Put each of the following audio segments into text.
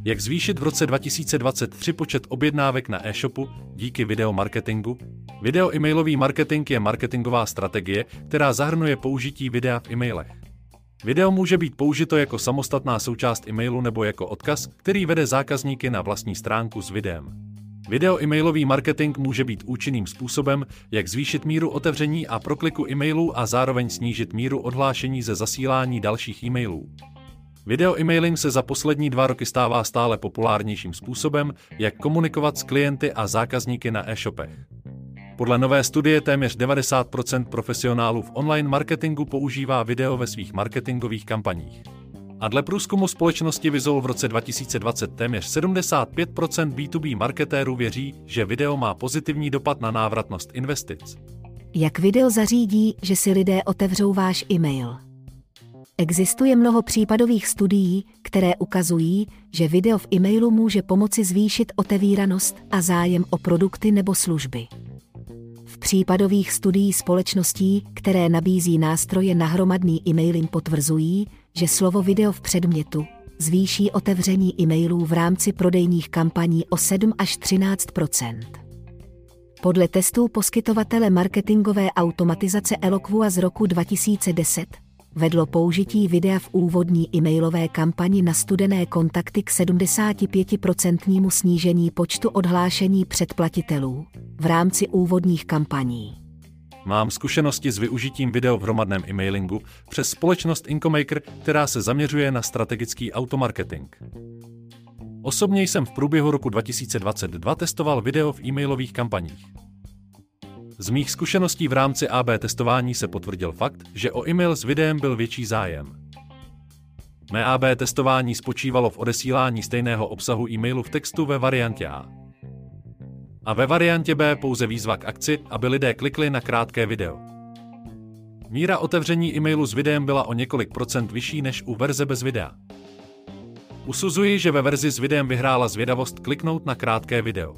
Jak zvýšit v roce 2023 počet objednávek na e-shopu díky videomarketingu? Video-emailový marketing je marketingová strategie, která zahrnuje použití videa v e-mailech. Video může být použito jako samostatná součást e-mailu nebo jako odkaz, který vede zákazníky na vlastní stránku s videem. Video-emailový marketing může být účinným způsobem, jak zvýšit míru otevření a prokliku e-mailů a zároveň snížit míru odhlášení ze zasílání dalších e-mailů. Video-emailing se za poslední 2 roky stává stále populárnějším způsobem, jak komunikovat s klienty a zákazníky na e-shopech. Podle nové studie téměř 90% profesionálů v online marketingu používá video ve svých marketingových kampaních. A dle průzkumu společnosti Vizol v roce 2020 téměř 75% B2B marketérů věří, že video má pozitivní dopad na návratnost investic. Jak video zařídí, že si lidé otevřou váš e-mail? Existuje mnoho případových studií, které ukazují, že video v e-mailu může pomoci zvýšit otevíranost a zájem o produkty nebo služby. V případových studií společností, které nabízí nástroje na hromadný e-mailing, potvrzují, že slovo video v předmětu zvýší otevření e-mailů v rámci prodejních kampaní o 7 až 13%. Podle testů poskytovatele marketingové automatizace Eloqua z roku 2010 vedlo použití videa v úvodní e-mailové kampani na studené kontakty k 75% snížení počtu odhlášení předplatitelů v rámci úvodních kampaní. Mám zkušenosti s využitím video v hromadném e-mailingu přes společnost Incomaker, která se zaměřuje na strategický automarketing. Osobně jsem v průběhu roku 2022 testoval video v e-mailových kampaních. Z mých zkušeností v rámci AB testování se potvrdil fakt, že o e-mail s videem byl větší zájem. Mé AB testování spočívalo v odesílání stejného obsahu e-mailu v textu ve variantě A. A ve variantě B pouze výzva k akci, aby lidé klikli na krátké video. Míra otevření e-mailu s videem byla o několik procent vyšší než u verze bez videa. Usuzuji, že ve verzi s videem vyhrála zvědavost kliknout na krátké video.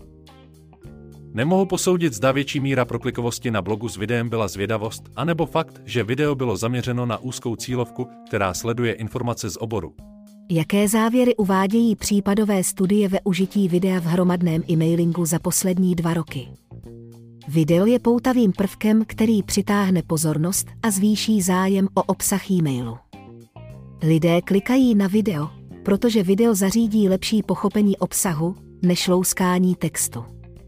Nemohu posoudit, zda větší míra proklikovosti na blogu s videem byla zvědavost, anebo fakt, že video bylo zaměřeno na úzkou cílovku, která sleduje informace z oboru. Jaké závěry uvádějí případové studie ve užití videa v hromadném e-mailingu za poslední 2 roky? Video je poutavým prvkem, který přitáhne pozornost a zvýší zájem o obsah e-mailu. Lidé klikají na video, protože video zařídí lepší pochopení obsahu, než louskání textu.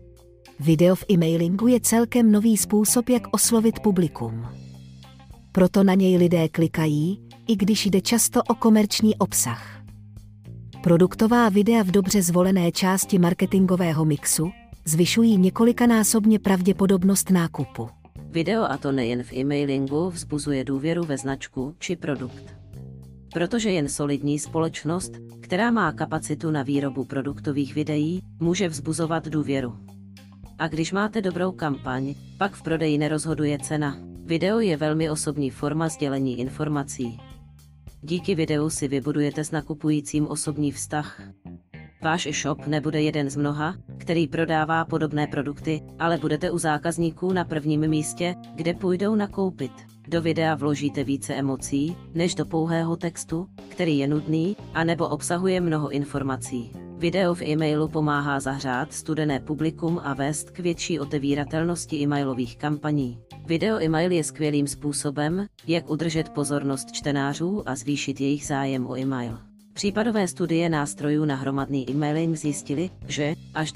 Video v e-mailingu je celkem nový způsob, jak oslovit publikum. Proto na něj lidé klikají, i když jde často o komerční obsah. Produktová videa v dobře zvolené části marketingového mixu zvyšují několikanásobně pravděpodobnost nákupu. Video, a to nejen v e-mailingu, vzbuzuje důvěru ve značku či produkt. Protože jen solidní společnost, která má kapacitu na výrobu produktových videí, může vzbuzovat důvěru. A když máte dobrou kampaň, pak v prodeji nerozhoduje cena. Video je velmi osobní forma sdělení informací. Díky videu si vybudujete s nakupujícím osobní vztah. Váš e-shop nebude jeden z mnoha, který prodává podobné produkty, ale budete u zákazníků na prvním místě, kde půjdou nakoupit. Do videa vložíte více emocí, než do pouhého textu, který je nudný, anebo obsahuje mnoho informací. Video v e-mailu pomáhá zahřát studené publikum a vést k větší otevíratelnosti e-mailových kampaní. Video e-mail je skvělým způsobem, jak udržet pozornost čtenářů a zvýšit jejich zájem o e-mail. Případové studie nástrojů na hromadný e-mailing zjistily, že až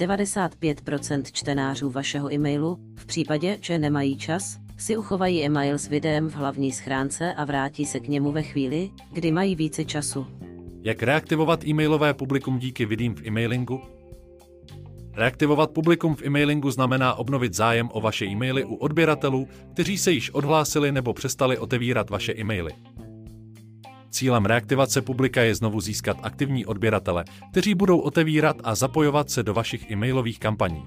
95% čtenářů vašeho e-mailu, v případě, že nemají čas, si uchovají e-mail s videem v hlavní schránce a vrátí se k němu ve chvíli, kdy mají více času. Jak reaktivovat e-mailové publikum díky videím v e-mailingu? Reaktivovat publikum v e-mailingu znamená obnovit zájem o vaše e-maily u odběratelů, kteří se již odhlásili nebo přestali otevírat vaše e-maily. Cílem reaktivace publika je znovu získat aktivní odběratele, kteří budou otevírat a zapojovat se do vašich e-mailových kampaní.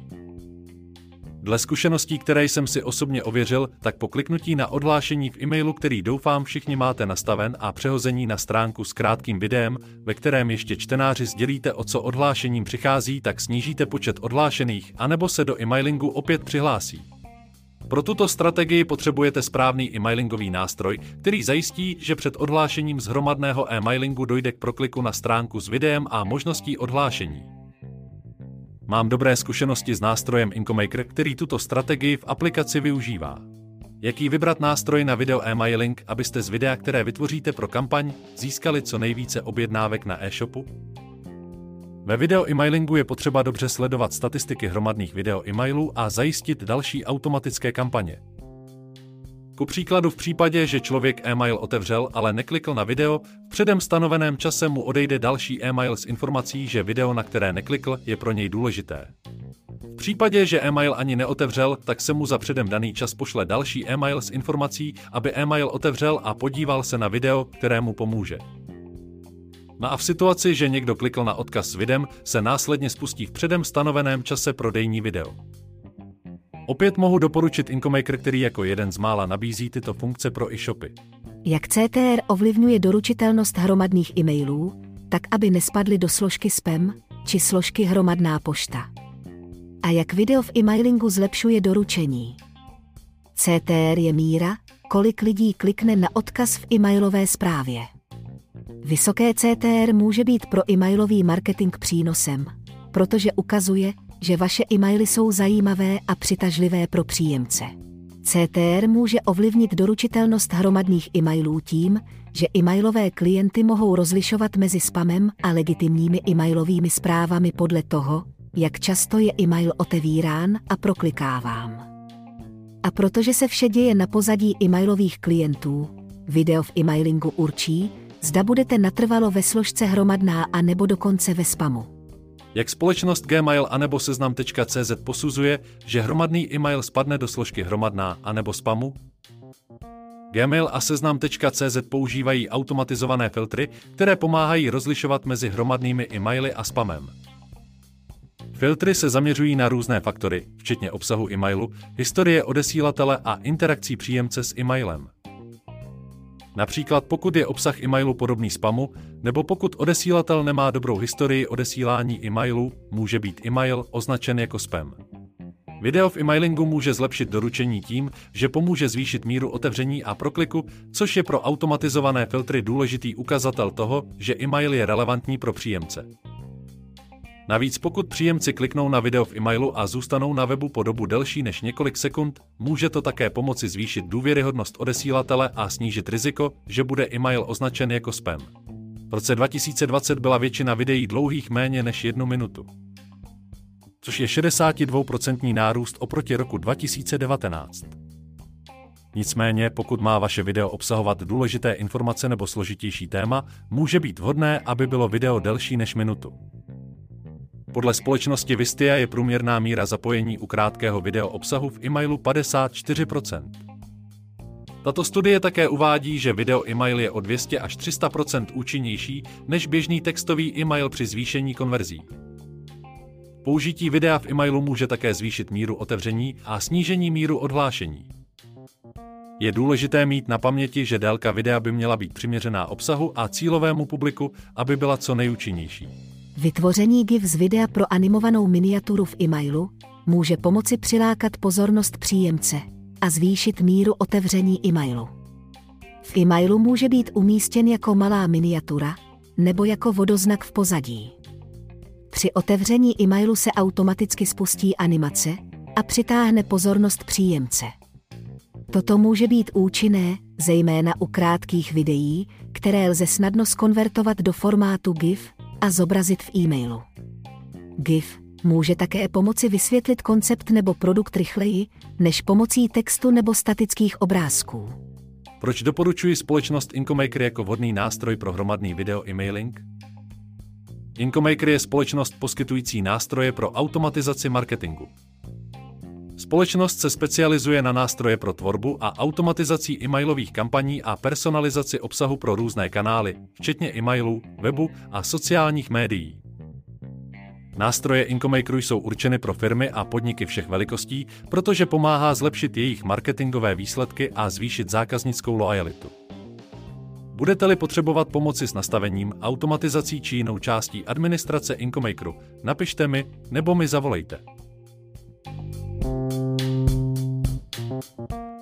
Dle zkušeností, které jsem si osobně ověřil, tak po kliknutí na odhlášení v e-mailu, který doufám všichni máte nastaven, a přehození na stránku s krátkým videem, ve kterém ještě čtenáři sdělíte, o co odhlášením přichází, tak snížíte počet odhlášených, anebo se do e-mailingu opět přihlásí. Pro tuto strategii potřebujete správný e-mailingový nástroj, který zajistí, že před odhlášením z hromadného e-mailingu dojde k prokliku na stránku s videem a možností odhlášení. Mám dobré zkušenosti s nástrojem IncoMaker, který tuto strategii v aplikaci využívá. Jaký vybrat nástroj na video e-mailing, abyste z videa, které vytvoříte pro kampaň, získali co nejvíce objednávek na e-shopu? Ve video e-mailingu je potřeba dobře sledovat statistiky hromadných video e-mailů a zajistit další automatické kampaně. Ku příkladu v případě, že člověk e-mail otevřel, ale neklikl na video, v předem stanoveném čase mu odejde další e-mail s informací, že video, na které neklikl, je pro něj důležité. V případě, že e-mail ani neotevřel, tak se mu za předem daný čas pošle další e-mail s informací, aby e-mail otevřel a podíval se na video, které mu pomůže. No a v situaci, že někdo klikl na odkaz s videem, se následně spustí v předem stanoveném čase prodejní video. Opět mohu doporučit IncoMaker, který jako jeden z mála nabízí tyto funkce pro e-shopy. Jak CTR ovlivňuje doručitelnost hromadných e-mailů, tak aby nespadly do složky spam či složky hromadná pošta. A jak video v e-mailingu zlepšuje doručení. CTR je míra, kolik lidí klikne na odkaz v e-mailové zprávě. Vysoké CTR může být pro e-mailový marketing přínosem, protože ukazuje, že vaše e-maily jsou zajímavé a přitažlivé pro příjemce. CTR může ovlivnit doručitelnost hromadných e-mailů tím, že e-mailové klienty mohou rozlišovat mezi spamem a legitimními e-mailovými zprávami podle toho, jak často je e-mail otevírán a proklikáván. A protože se vše děje na pozadí e-mailových klientů, video v e-mailingu určí, zda budete natrvalo ve složce hromadná a nebo dokonce ve spamu. Jak společnost Gmail anebo seznam.cz posuzuje, že hromadný e-mail spadne do složky hromadná anebo spamu? Gmail a seznam.cz používají automatizované filtry, které pomáhají rozlišovat mezi hromadnými e-maily a spamem. Filtry se zaměřují na různé faktory, včetně obsahu e-mailu, historie odesílatele a interakcí příjemce s e-mailem. Například pokud je obsah e-mailu podobný spamu, nebo pokud odesílatel nemá dobrou historii odesílání e-mailů, může být e-mail označen jako spam. Video v e-mailingu může zlepšit doručení tím, že pomůže zvýšit míru otevření a prokliku, což je pro automatizované filtry důležitý ukazatel toho, že e-mail je relevantní pro příjemce. Navíc pokud příjemci kliknou na video v e-mailu a zůstanou na webu po dobu delší než několik sekund, může to také pomoci zvýšit důvěryhodnost odesílatele a snížit riziko, že bude e-mail označen jako spam. V roce 2020 byla většina videí dlouhých méně než 1 minutu, což je 62% nárůst oproti roku 2019. Nicméně, pokud má vaše video obsahovat důležité informace nebo složitější téma, může být vhodné, aby bylo video delší než minutu. Podle společnosti Vistia je průměrná míra zapojení u krátkého video obsahu v e-mailu 54%. Tato studie také uvádí, že video e-mail je o 200 až 300% účinnější než běžný textový e-mail při zvýšení konverzí. Použití videa v e-mailu může také zvýšit míru otevření a snížení míru odhlášení. Je důležité mít na paměti, že délka videa by měla být přiměřená obsahu a cílovému publiku, aby byla co nejúčinnější. Vytvoření GIF z videa pro animovanou miniaturu v e-mailu může pomoci přilákat pozornost příjemce a zvýšit míru otevření e-mailu. V e-mailu může být umístěn jako malá miniatura nebo jako vodoznak v pozadí. Při otevření e-mailu se automaticky spustí animace a přitáhne pozornost příjemce. Toto může být účinné, zejména u krátkých videí, které lze snadno zkonvertovat do formátu GIF a zobrazit v e-mailu. GIF může také pomoci vysvětlit koncept nebo produkt rychleji, než pomocí textu nebo statických obrázků. Proč doporučuji společnost IncoMaker jako vhodný nástroj pro hromadný video e-mailing? IncoMaker je společnost poskytující nástroje pro automatizaci marketingu. Společnost se specializuje na nástroje pro tvorbu a automatizaci e-mailových kampaní a personalizaci obsahu pro různé kanály, včetně e-mailů, webu a sociálních médií. Nástroje IncoMakeru jsou určeny pro firmy a podniky všech velikostí, protože pomáhá zlepšit jejich marketingové výsledky a zvýšit zákaznickou loajalitu. Budete-li potřebovat pomoci s nastavením, automatizací či jinou částí administrace IncoMakeru, napište mi nebo mi zavolejte. Thank you.